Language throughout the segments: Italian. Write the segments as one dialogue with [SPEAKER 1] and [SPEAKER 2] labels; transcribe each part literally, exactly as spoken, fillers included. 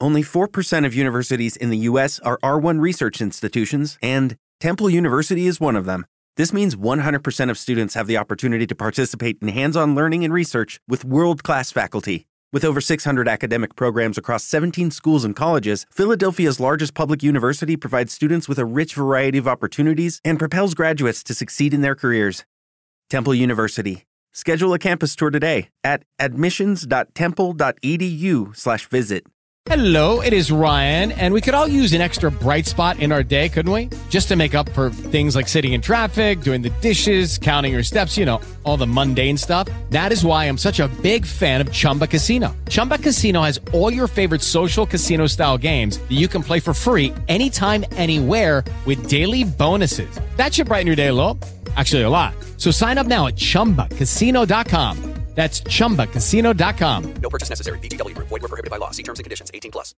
[SPEAKER 1] Only four percent of universities in the U S are R one research institutions, and Temple University is one of them. This means one hundred percent of students have the opportunity to participate in hands-on learning and research with world-class faculty. With over six hundred academic programs across seventeen schools and colleges, Philadelphia's largest public university provides students with a rich variety of opportunities and propels graduates to succeed in their careers. Temple University. Schedule a campus tour today at admissions.temple.edu slash visit.
[SPEAKER 2] Hello, it is Ryan, and we could all use an extra bright spot in our day, couldn't we? Just to make up for things like sitting in traffic, doing the dishes, counting your steps, you know, all the mundane stuff. That is why I'm such a big fan of Chumba Casino. Chumba Casino has all your favorite social casino-style games that you can play for free anytime, anywhere with daily bonuses. That should brighten your day a little. Actually, a lot. So sign up now at chumba casino dot com. That's chumba casino dot com.
[SPEAKER 3] No purchase necessary. V G W Group. Void where prohibited by law. See terms and conditions. eighteen plus.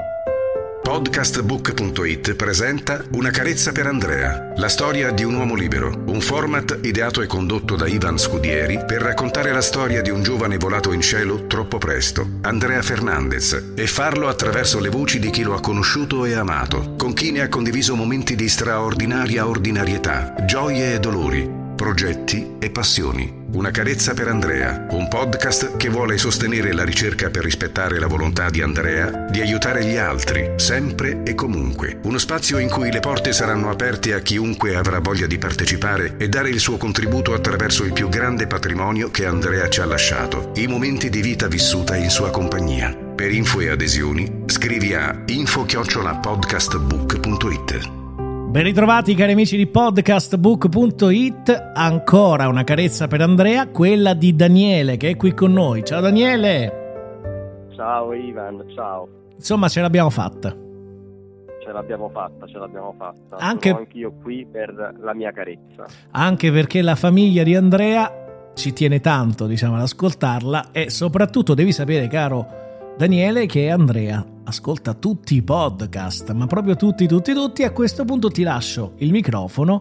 [SPEAKER 4] Podcastbook punto it presenta Una carezza per Andrea, la storia di un uomo libero, un format ideato e condotto da Ivan Scudieri per raccontare la storia di un giovane volato in cielo troppo presto, Andrea Fernandez, e farlo attraverso le voci di chi lo ha conosciuto e amato, con chi ne ha condiviso momenti di straordinaria ordinarietà, gioie e dolori, progetti e passioni. Una carezza per Andrea, un podcast che vuole sostenere la ricerca per rispettare la volontà di Andrea di aiutare gli altri, sempre e comunque. Uno spazio in cui le porte saranno aperte a chiunque avrà voglia di partecipare e dare il suo contributo attraverso il più grande patrimonio che Andrea ci ha lasciato, i momenti di vita vissuta in sua compagnia. Per info e adesioni scrivi a info chiocciola podcastbook punto it.
[SPEAKER 5] Ben ritrovati cari amici di podcastbook punto it, ancora una carezza per Andrea, quella di Daniele che è qui con noi. Ciao Daniele!
[SPEAKER 6] Ciao Ivan, ciao.
[SPEAKER 5] Insomma ce l'abbiamo fatta.
[SPEAKER 6] Ce l'abbiamo fatta, ce l'abbiamo fatta.
[SPEAKER 5] Anche...
[SPEAKER 6] Sono anch'io qui per la mia carezza.
[SPEAKER 5] Anche perché la famiglia di Andrea ci tiene tanto, diciamo, ad ascoltarla, e soprattutto devi sapere, caro Daniele, che Andrea ascolta tutti i podcast, ma proprio tutti, tutti, tutti. A questo punto ti lascio il microfono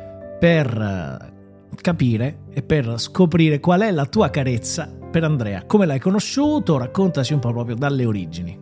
[SPEAKER 5] per capire e per scoprire qual è la tua carezza per Andrea. Come l'hai conosciuto? Raccontaci un po' proprio dalle origini.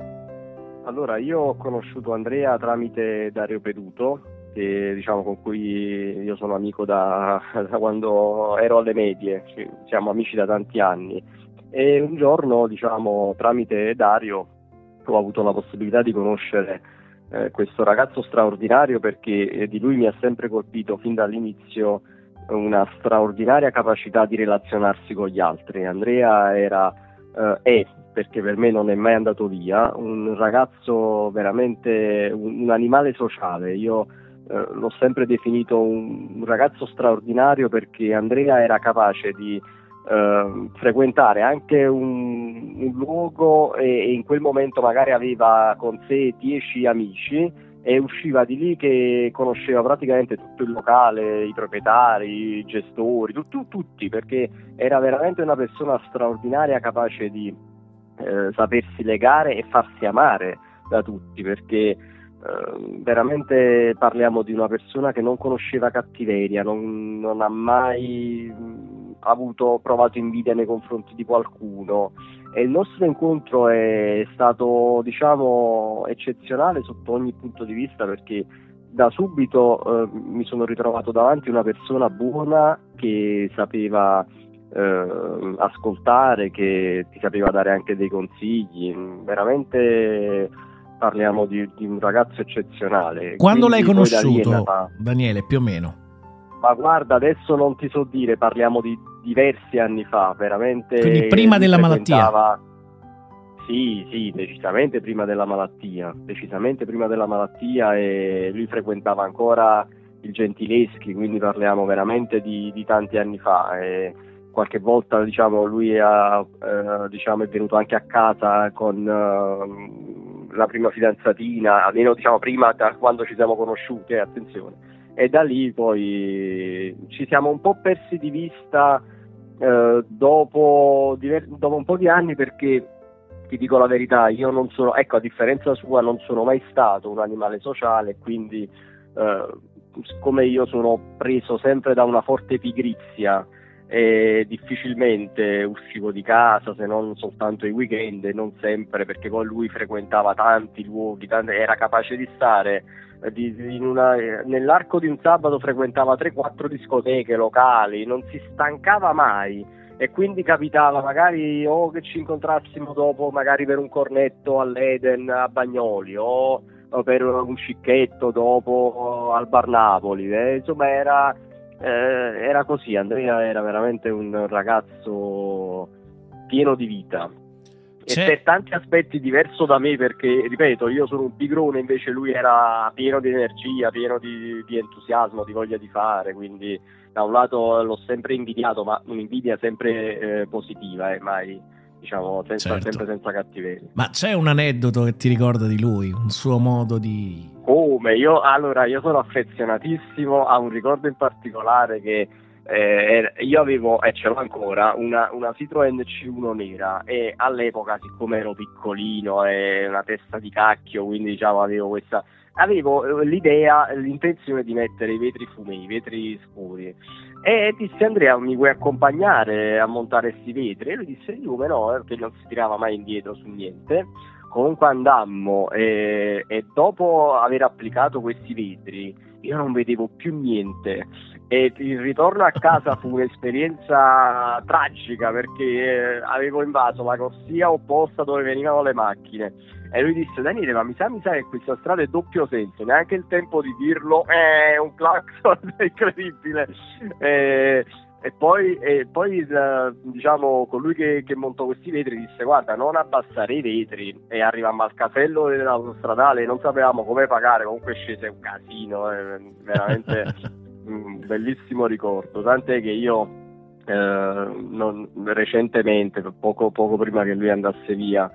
[SPEAKER 6] Allora, io ho conosciuto Andrea tramite Dario Peduto, che, diciamo, con cui io sono amico da, da quando ero alle medie, siamo amici da tanti anni. E un giorno, diciamo, tramite Dario ho avuto la possibilità di conoscere eh, questo ragazzo straordinario, perché eh, di lui mi ha sempre colpito fin dall'inizio una straordinaria capacità di relazionarsi con gli altri. Andrea era eh, è, perché per me non è mai andato via, un ragazzo veramente un, un animale sociale. Io eh, l'ho sempre definito un, un ragazzo straordinario, perché Andrea era capace di Uh, frequentare anche un, un luogo e, e in quel momento magari aveva con sé dieci amici e usciva di lì che conosceva praticamente tutto il locale, i proprietari, i gestori, tu, tu, tutti, perché era veramente una persona straordinaria, capace di eh, sapersi legare e farsi amare da tutti, perché eh, veramente parliamo di una persona che non conosceva cattiveria, non, non ha mai ha avuto provato invidia nei confronti di qualcuno, e il nostro incontro è stato, diciamo, eccezionale sotto ogni punto di vista, perché da subito eh, mi sono ritrovato davanti una persona buona che sapeva eh, ascoltare, che ti sapeva dare anche dei consigli. Veramente parliamo di, di un ragazzo eccezionale.
[SPEAKER 5] Quando
[SPEAKER 6] Quindi
[SPEAKER 5] l'hai conosciuto,
[SPEAKER 6] nata...
[SPEAKER 5] Daniele, più o meno?
[SPEAKER 6] Ma guarda, adesso non ti so dire, parliamo di diversi anni fa, veramente.
[SPEAKER 5] Quindi prima della malattia?
[SPEAKER 6] Sì, sì, decisamente prima della malattia, decisamente prima della malattia, e lui frequentava ancora il Gentileschi, quindi parliamo veramente di, di tanti anni fa. E qualche volta, diciamo, lui ha, eh, diciamo, è venuto anche a casa con eh, la prima fidanzatina, almeno, diciamo, prima, da quando ci siamo conosciuti, eh, attenzione. E da lì poi ci siamo un po' persi di vista eh, dopo, diver- dopo un po' di anni, perché ti dico la verità, io non sono, ecco, a differenza sua, non sono mai stato un animale sociale, quindi eh, siccome io sono preso sempre da una forte pigrizia e difficilmente uscivo di casa, se non soltanto i weekend, e non sempre, perché poi lui frequentava tanti luoghi, tante, era capace di stare di, di in una, nell'arco di un sabato frequentava tre quattro discoteche locali, non si stancava mai, e quindi capitava magari o che ci incontrassimo dopo magari per un cornetto all'Eden a Bagnoli, o, o per un cicchetto dopo al Bar Napoli, eh, insomma era Eh, era così. Andrea era veramente un ragazzo pieno di vita.
[SPEAKER 5] C'è...
[SPEAKER 6] e per tanti aspetti diverso da me, perché ripeto, io sono un pigrone, invece lui era pieno di energia, pieno di, di entusiasmo, di voglia di fare, quindi da un lato l'ho sempre invidiato, ma un'invidia sempre eh, positiva, eh, mai diciamo senza,
[SPEAKER 5] certo.
[SPEAKER 6] sempre senza cattiveria.
[SPEAKER 5] Ma c'è un aneddoto che ti ricorda di lui, un suo modo di...
[SPEAKER 6] Come? Io, allora, io sono affezionatissimo a un ricordo in particolare che eh, io avevo, e ce l'ho ancora, una, una Citroen C uno nera, e all'epoca, siccome ero piccolino e una testa di cacchio, quindi diciamo avevo questa... avevo l'idea, l'intenzione di mettere i vetri fumei, i vetri scuri, e disse: Andrea, mi vuoi accompagnare a montare questi vetri? E lui disse di come no, perché non si tirava mai indietro su niente. Comunque andammo, e, e dopo aver applicato questi vetri io non vedevo più niente, e il ritorno a casa fu un'esperienza tragica, perché eh, avevo invaso la corsia opposta dove venivano le macchine, e lui disse: Daniele, ma mi sa, mi sa che questa strada è doppio senso, neanche il tempo di dirlo, è un clacson incredibile. E, e poi, e poi eh, diciamo, colui che, che montò questi vetri disse: guarda, non abbassare i vetri, e arrivammo al casello dell'autostradale, non sapevamo come pagare, comunque scese un casino, eh, veramente un bellissimo ricordo, tant'è che io eh, non, recentemente, poco, poco prima che lui andasse via,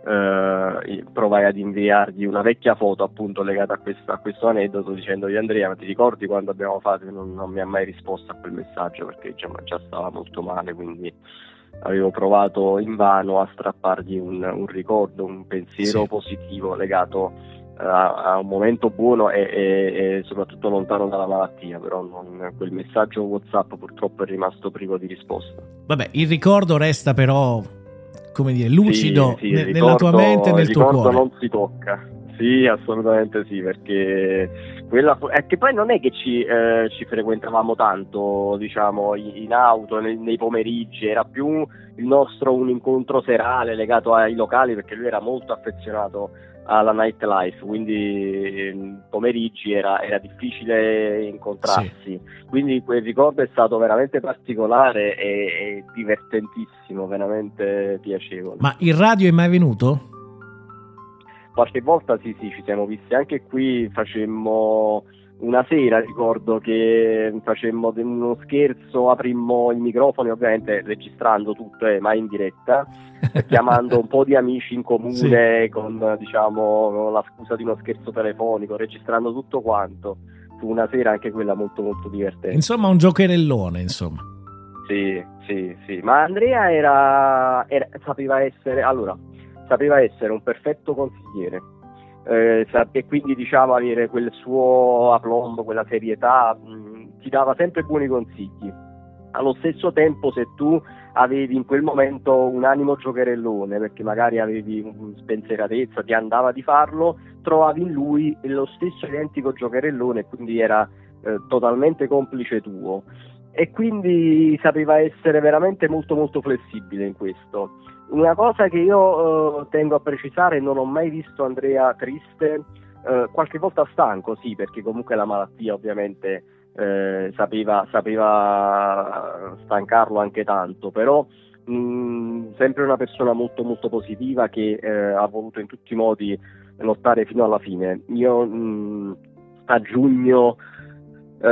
[SPEAKER 6] Uh, provai ad inviargli una vecchia foto appunto legata a questo, a questo aneddoto, dicendogli: Andrea, ma ti ricordi quando abbiamo fatto? Non, non mi ha mai risposto a quel messaggio, perché diciamo, già stava molto male, quindi avevo provato invano a strappargli un, un ricordo, un pensiero
[SPEAKER 5] sì.
[SPEAKER 6] positivo legato uh, a un momento buono e, e, e soprattutto lontano dalla malattia, però non, quel messaggio WhatsApp purtroppo è rimasto privo di risposta.
[SPEAKER 5] Vabbè, il ricordo resta però, come dire, lucido
[SPEAKER 6] sì, sì,
[SPEAKER 5] ne-
[SPEAKER 6] ricordo,
[SPEAKER 5] nella tua mente e nel tuo
[SPEAKER 6] ricordo
[SPEAKER 5] cuore.
[SPEAKER 6] non si tocca. Sì, assolutamente sì, perché quella fu- è che poi non è che ci, eh, ci frequentavamo tanto, diciamo, in auto, nei, nei pomeriggi, era più il nostro un incontro serale legato ai locali, perché lui era molto affezionato alla nightlife, quindi pomeriggi era, era difficile incontrarsi, sì. Quindi quel ricordo è stato veramente particolare e, e divertentissimo, veramente piacevole.
[SPEAKER 5] Ma il radio è mai venuto?
[SPEAKER 6] Qualche volta sì, sì, ci siamo visti anche qui, facemmo una sera, ricordo che facemmo uno scherzo, aprimmo i microfoni, ovviamente registrando tutto, eh, ma in diretta, chiamando un po' di amici in comune, sì. Con, diciamo, la scusa di uno scherzo telefonico, registrando tutto quanto. Fu una sera anche quella molto molto divertente.
[SPEAKER 5] Insomma, un giocherellone, insomma.
[SPEAKER 6] Sì, sì, sì. Ma Andrea era, era sapeva essere, allora, sapeva essere un perfetto consigliere. Eh, e quindi diciamo avere quel suo aplomb, quella serietà, mh, ti dava sempre buoni consigli. Allo stesso tempo, se tu avevi in quel momento un animo giocherellone, perché magari avevi spensieratezza, ti andava di farlo, trovavi in lui lo stesso identico giocherellone, quindi era eh, totalmente complice tuo, e quindi sapeva essere veramente molto molto flessibile in questo. Una cosa che io eh, tengo a precisare: non ho mai visto Andrea triste, eh, qualche volta stanco, sì, perché comunque la malattia ovviamente eh, sapeva, sapeva stancarlo anche tanto, però mh, sempre una persona molto molto positiva che eh, ha voluto in tutti i modi lottare fino alla fine. Io mh, a giugno eh,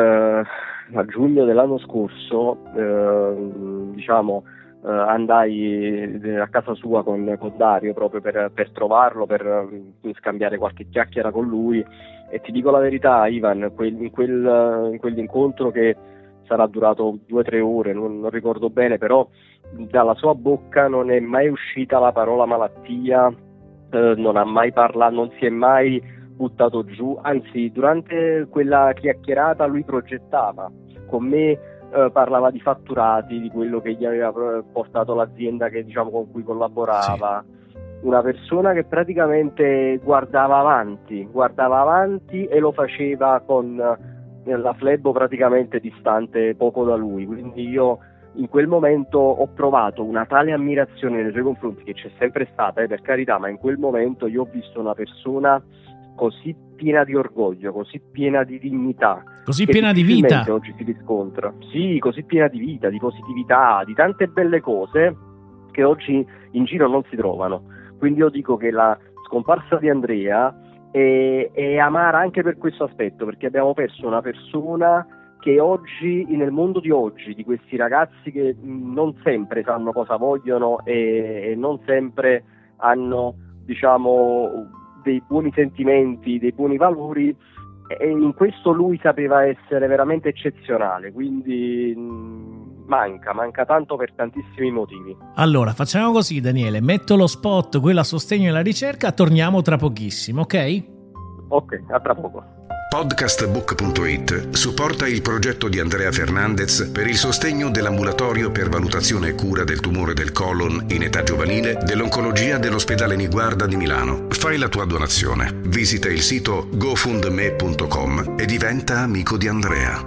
[SPEAKER 6] a giugno dell'anno scorso eh, diciamo Uh, andai a casa sua con, con Dario proprio per, per trovarlo, per uh, scambiare qualche chiacchiera con lui, e ti dico la verità, Ivan, quel, in, quel, in quell'incontro, che sarà durato due o tre ore, non, non ricordo bene, però dalla sua bocca non è mai uscita la parola malattia, uh, non ha mai parlato, non si è mai buttato giù, anzi durante quella chiacchierata lui progettava con me eh, parlava di fatturati, di quello che gli aveva portato l'azienda che, diciamo, con cui collaborava. Sì. Una persona che praticamente guardava avanti, guardava avanti e lo faceva con la flebo praticamente distante poco da lui, quindi io in quel momento ho provato una tale ammirazione nei suoi confronti, che c'è sempre stata, eh, per carità, ma in quel momento io ho visto una persona così piena di orgoglio, così piena di dignità,
[SPEAKER 5] così piena di vita,
[SPEAKER 6] oggi si riscontra, sì, così piena di vita, di positività, di tante belle cose che oggi in giro non si trovano. Quindi io dico che la scomparsa di Andrea è, è amara anche per questo aspetto, perché abbiamo perso una persona che oggi, nel mondo di oggi, di questi ragazzi che non sempre sanno cosa vogliono e, e non sempre hanno, diciamo, dei buoni sentimenti, dei buoni valori, e in questo lui sapeva essere veramente eccezionale, quindi mh, manca, manca tanto per tantissimi motivi.
[SPEAKER 5] Allora, facciamo così, Daniele, metto lo spot, quello a sostegno della ricerca, torniamo tra pochissimo, ok?
[SPEAKER 6] Ok, a tra poco.
[SPEAKER 4] Podcastbook punto it supporta il progetto di Andrea Fernandez per il sostegno dell'ambulatorio per valutazione e cura del tumore del colon in età giovanile dell'oncologia dell'ospedale Niguarda di Milano. Fai la tua donazione. Visita il sito gofundme punto com e diventa amico di Andrea.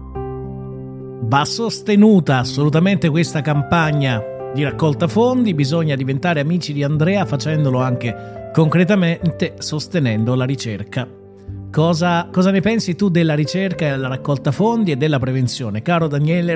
[SPEAKER 5] Va sostenuta assolutamente questa campagna di raccolta fondi, bisogna diventare amici di Andrea facendolo anche concretamente, sostenendo la ricerca. Cosa, cosa ne pensi tu della ricerca e della raccolta fondi e della prevenzione, caro Daniele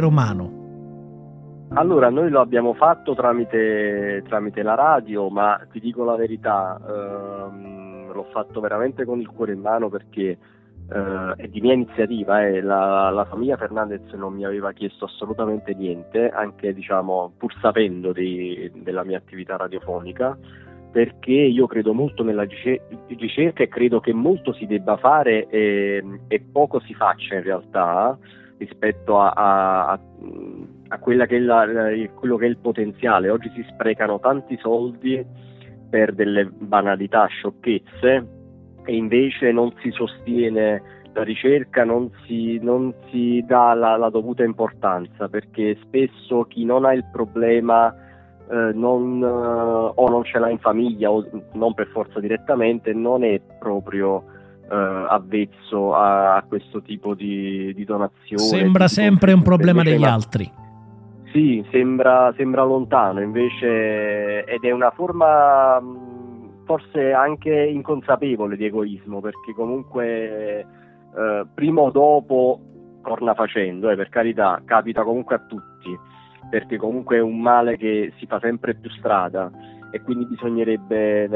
[SPEAKER 5] Romano?
[SPEAKER 6] Allora, noi lo abbiamo fatto tramite, tramite la radio, ma ti dico la verità, ehm, l'ho fatto veramente con il cuore in mano, perché eh, è di mia iniziativa, eh. la, la famiglia Fernandez non mi aveva chiesto assolutamente niente, anche, diciamo, pur sapendo di, della mia attività radiofonica, perché io credo molto nella ricerca e credo che molto si debba fare e, e poco si faccia in realtà rispetto a, a, a quella che è la, quello che è il potenziale. Oggi si sprecano tanti soldi per delle banalità, sciocchezze, e invece non si sostiene la ricerca, non si, non si dà la, la dovuta importanza, perché spesso chi non ha il problema Eh, non, eh, o non ce l'ha in famiglia o non per forza direttamente, non è proprio eh, avvezzo a, a questo tipo di, di donazione.
[SPEAKER 5] Sembra
[SPEAKER 6] di
[SPEAKER 5] sempre un problema
[SPEAKER 6] invece,
[SPEAKER 5] degli
[SPEAKER 6] ma,
[SPEAKER 5] altri.
[SPEAKER 6] Sì, sembra, sembra lontano, invece, ed è una forma mh, forse anche inconsapevole di egoismo, perché comunque eh, prima o dopo torna facendo, eh, per carità, capita comunque a tutti, perché comunque è un male che si fa sempre più strada, e quindi bisognerebbe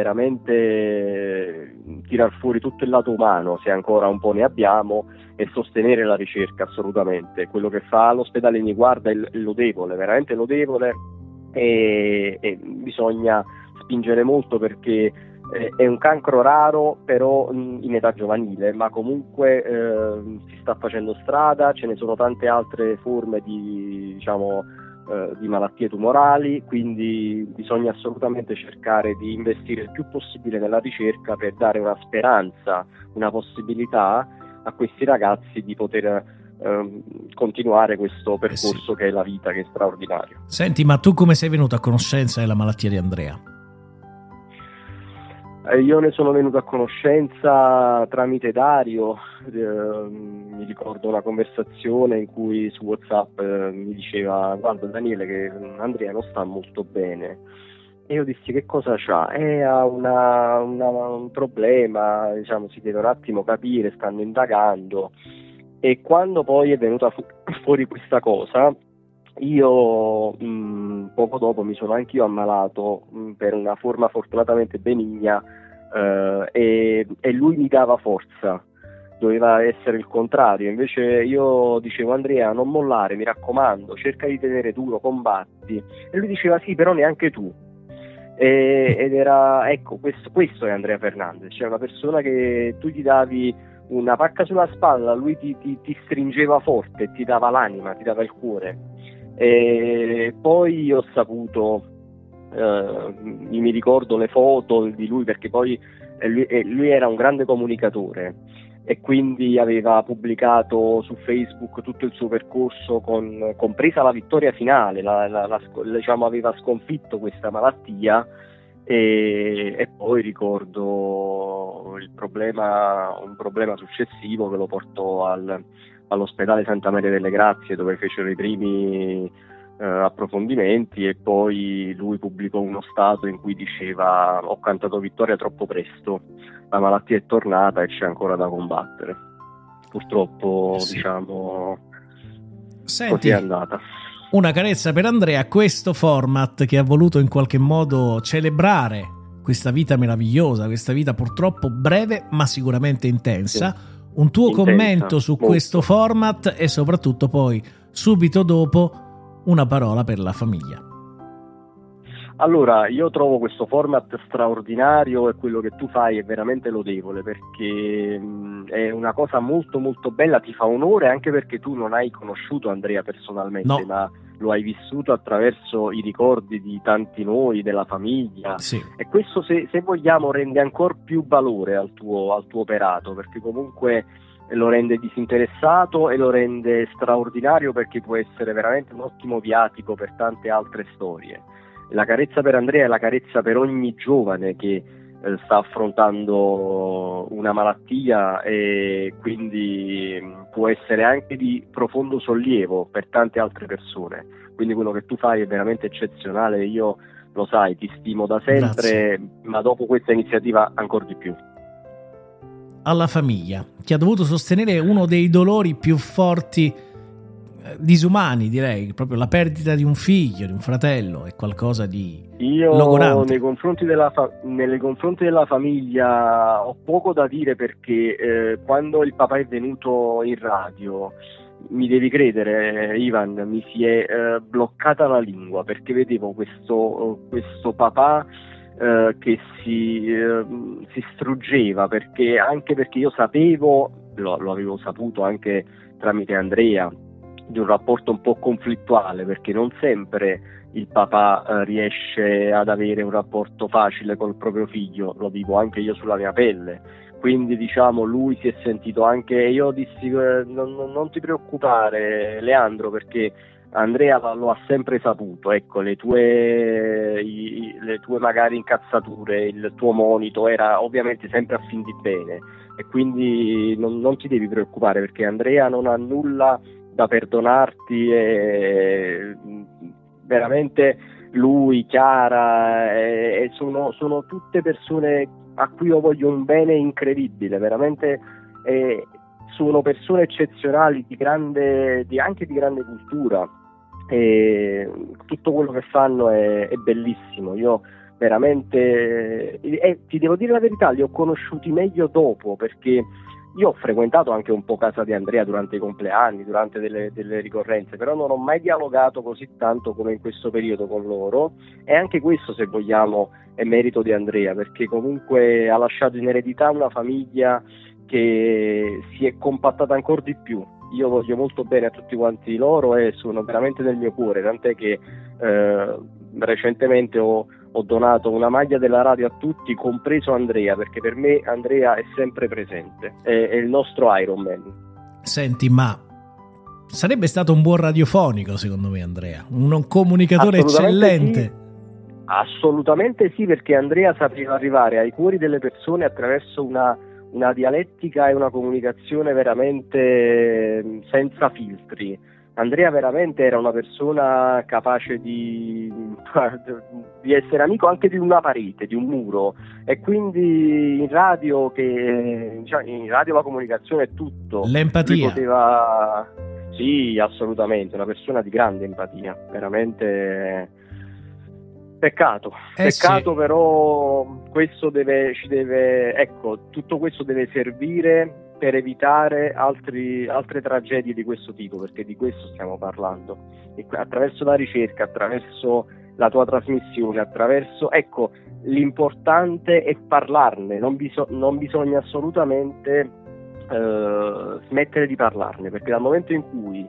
[SPEAKER 6] veramente tirar fuori tutto il lato umano, se ancora un po' ne abbiamo, e sostenere la ricerca assolutamente. Quello che fa l'ospedale Niguarda è lodevole, veramente lodevole, e, e bisogna spingere molto, perché eh, è un cancro raro, però in età giovanile, ma comunque eh, si sta facendo strada, ce ne sono tante altre forme di, diciamo, di malattie tumorali, quindi bisogna assolutamente cercare di investire il più possibile nella ricerca per dare una speranza, una possibilità a questi ragazzi di poter eh, continuare questo percorso, eh sì, che è la vita, che è straordinario.
[SPEAKER 5] Senti, ma tu come sei venuto a conoscenza della malattia di Andrea?
[SPEAKER 6] Eh, io ne sono venuto a conoscenza tramite Dario, eh, mi ricordo una conversazione in cui su WhatsApp eh, mi diceva: guarda Daniele, che Andrea non sta molto bene, e io dissi: che cosa c'ha? Eh, ha una, una, un problema, diciamo, si deve un attimo capire, stanno indagando. E quando poi è venuta fu- fuori questa cosa, io mh, poco dopo mi sono anch'io ammalato mh, per una forma fortunatamente benigna, eh, e, e lui mi dava forza. Doveva essere il contrario, invece io dicevo: Andrea, non mollare, mi raccomando, cerca di tenere duro, combatti. E lui diceva: sì, però neanche tu. E, ed era, ecco, questo, questo è Andrea Fernandez, cioè una persona che tu gli davi una pacca sulla spalla, lui ti, ti, ti stringeva forte, ti dava l'anima, ti dava il cuore. E poi ho saputo, eh, mi ricordo le foto di lui, perché poi lui, lui era un grande comunicatore, e quindi aveva pubblicato su Facebook tutto il suo percorso, con, compresa la vittoria finale, la, la, la, diciamo aveva sconfitto questa malattia. E, e poi ricordo il problema, un problema successivo che lo portò al, all'ospedale Santa Maria delle Grazie, dove fecero i primi eh, approfondimenti, e poi lui pubblicò uno stato in cui diceva: ho cantato vittoria troppo presto, la malattia è tornata e c'è ancora da combattere. Purtroppo sì. diciamo
[SPEAKER 5] Senti,
[SPEAKER 6] così è andata.
[SPEAKER 5] Una carezza per Andrea, questo format che ha voluto in qualche modo celebrare questa vita meravigliosa, questa vita purtroppo breve ma sicuramente intensa. Sì. Un tuo intensa, commento su molto. Questo format, e soprattutto poi subito dopo una parola per la famiglia.
[SPEAKER 6] Allora, io trovo questo format straordinario e quello che tu fai è veramente lodevole, perché mh, è una cosa molto molto bella, ti fa onore, anche perché tu non hai conosciuto Andrea personalmente, no. ma lo hai vissuto attraverso i ricordi di tanti noi, della famiglia,
[SPEAKER 5] sì.
[SPEAKER 6] e questo, se, se vogliamo, rende ancora più valore al tuo, al tuo operato, perché comunque lo rende disinteressato e lo rende straordinario, perché può essere veramente un ottimo viatico per tante altre storie. La carezza per Andrea è la carezza per ogni giovane che eh, sta affrontando una malattia, e quindi mh, può essere anche di profondo sollievo per tante altre persone. Quindi quello che tu fai è veramente eccezionale, io lo sai, ti stimo da sempre. Grazie. Ma dopo questa iniziativa ancora di più.
[SPEAKER 5] Alla famiglia, che ha dovuto sostenere uno dei dolori più forti, disumani, direi, proprio la perdita di un figlio, di un fratello, è qualcosa di
[SPEAKER 6] io
[SPEAKER 5] logorante.
[SPEAKER 6] Nei confronti della fa- nei confronti della famiglia ho poco da dire, perché eh, quando il papà è venuto in radio, mi devi credere, Ivan, mi si è eh, bloccata la lingua, perché vedevo questo, questo papà eh, che si, eh, si struggeva, perché anche perché io sapevo, lo, lo avevo saputo anche tramite Andrea, di un rapporto un po' conflittuale, perché non sempre il papà eh, riesce ad avere un rapporto facile col proprio figlio, lo vivo anche io sulla mia pelle. Quindi diciamo lui si è sentito anche, io dissi eh, non, non ti preoccupare Leandro, perché Andrea lo ha sempre saputo, ecco, le tue i, le tue magari incazzature, il tuo monito era ovviamente sempre a fin di bene, e quindi non, non ti devi preoccupare, perché Andrea non ha nulla da perdonarti, e veramente lui, Chiara, e, e sono, sono tutte persone a cui io voglio un bene incredibile, veramente eh, sono persone eccezionali, di grande, di, anche di grande cultura, e tutto quello che fanno è, è bellissimo. Io veramente, e ti devo dire la verità, li ho conosciuti meglio dopo, perché io ho frequentato anche un po' casa di Andrea durante i compleanni, durante delle, delle ricorrenze, però non ho mai dialogato così tanto come in questo periodo con loro, e anche questo, se vogliamo, è merito di Andrea, perché comunque ha lasciato in eredità una famiglia che si è compattata ancora di più. Io voglio molto bene a tutti quanti loro e sono veramente nel mio cuore, tant'è che eh, recentemente ho ho donato una maglia della radio a tutti, compreso Andrea, perché per me Andrea è sempre presente, è, è il nostro Iron Man.
[SPEAKER 5] Senti, ma sarebbe stato un buon radiofonico secondo me Andrea, un comunicatore eccellente.
[SPEAKER 6] Sì. Assolutamente sì, perché Andrea sapeva arrivare ai cuori delle persone attraverso una, una dialettica e una comunicazione veramente senza filtri. Andrea veramente era una persona capace di, di essere amico anche di una parete, di un muro, e quindi in radio, che cioè in radio la comunicazione è tutto.
[SPEAKER 5] L'empatia.
[SPEAKER 6] Lui poteva, sì, assolutamente, una persona di grande empatia, veramente. Peccato,
[SPEAKER 5] eh
[SPEAKER 6] peccato
[SPEAKER 5] sì.
[SPEAKER 6] Però questo deve, ci deve, ecco, tutto questo deve servire per evitare altri, altre tragedie di questo tipo, perché di questo stiamo parlando. E attraverso la ricerca, attraverso la tua trasmissione, attraverso, ecco, l'importante è parlarne, non, biso- non bisogna assolutamente eh, smettere di parlarne, perché dal momento in cui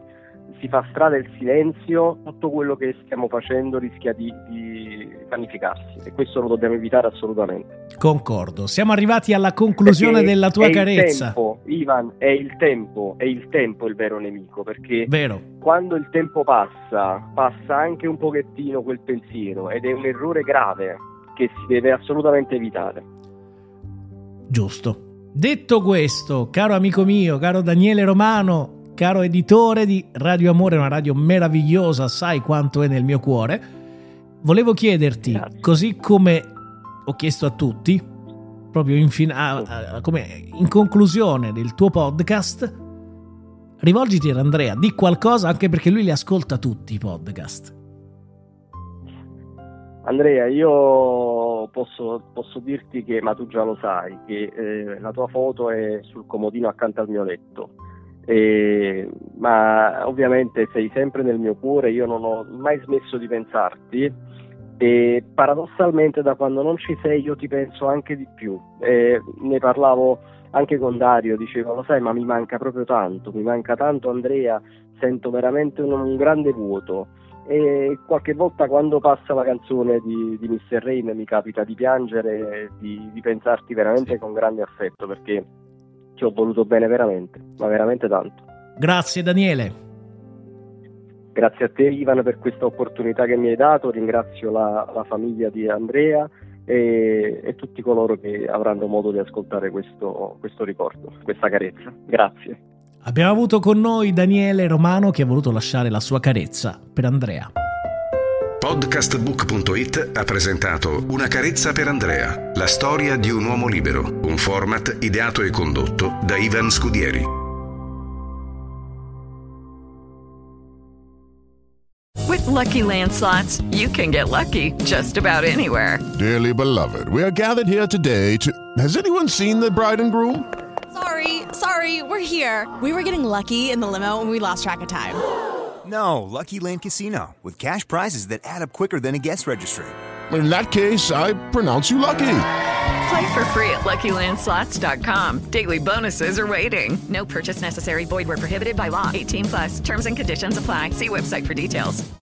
[SPEAKER 6] si fa strada il silenzio, tutto quello che stiamo facendo rischia di, di vanificarsi, e questo lo dobbiamo evitare assolutamente.
[SPEAKER 5] Concordo. Siamo arrivati alla conclusione
[SPEAKER 6] perché
[SPEAKER 5] della tua
[SPEAKER 6] è
[SPEAKER 5] carezza.
[SPEAKER 6] Il tempo, Ivan, è il tempo, è il tempo il vero nemico, perché
[SPEAKER 5] Vero.
[SPEAKER 6] quando il tempo passa, passa anche un pochettino quel pensiero, ed è un errore grave che si deve assolutamente evitare.
[SPEAKER 5] Giusto. Detto questo, caro amico mio, caro Daniele Romano, caro editore di Radio Amore, una radio meravigliosa, sai quanto è nel mio cuore, volevo chiederti,
[SPEAKER 6] Grazie.
[SPEAKER 5] così come ho chiesto a tutti, proprio in, fin- a- a- come in conclusione del tuo podcast, rivolgiti ad Andrea, di qualcosa, anche perché lui li ascolta tutti i podcast.
[SPEAKER 6] Andrea, io posso, posso dirti che, ma tu già lo sai, che eh, la tua foto è sul comodino accanto al mio letto. Eh, ma ovviamente sei sempre nel mio cuore, io non ho mai smesso di pensarti, e paradossalmente da quando non ci sei io ti penso anche di più. Eh, ne parlavo anche con Dario, dicevo, lo sai, ma mi manca proprio tanto, mi manca tanto Andrea, sento veramente un, un grande vuoto, e qualche volta quando passa la canzone di, di mister Rain mi capita di piangere e di, di pensarti veramente
[SPEAKER 5] Sì.
[SPEAKER 6] con grande affetto, perché ti ho voluto bene veramente, ma veramente tanto.
[SPEAKER 5] Grazie Daniele.
[SPEAKER 6] Grazie a te Ivan per questa opportunità che mi hai dato, ringrazio la, la famiglia di Andrea e, e tutti coloro che avranno modo di ascoltare questo, questo ricordo, questa carezza. Grazie.
[SPEAKER 5] Abbiamo avuto con noi Daniele Romano, che ha voluto lasciare la sua carezza per Andrea.
[SPEAKER 4] Podcastbook punto it ha presentato Una carezza per Andrea, la storia di un uomo libero, un format ideato e condotto da Ivan Scudieri.
[SPEAKER 7] With Lucky Land Slots, you can get lucky just about anywhere.
[SPEAKER 8] Dearly beloved, we are gathered here today to... Has anyone seen the bride and groom?
[SPEAKER 9] Sorry, sorry, we're here. We were getting lucky in the limo and we lost track of time.
[SPEAKER 10] No, Lucky Land Casino, with cash prizes that add up quicker than a guest registry.
[SPEAKER 8] In that case, I pronounce you lucky.
[SPEAKER 7] Play for free at Lucky Land Slots dot com. Daily bonuses are waiting. No purchase necessary. Void where prohibited by law. eighteen plus. Terms and conditions apply. See website for details.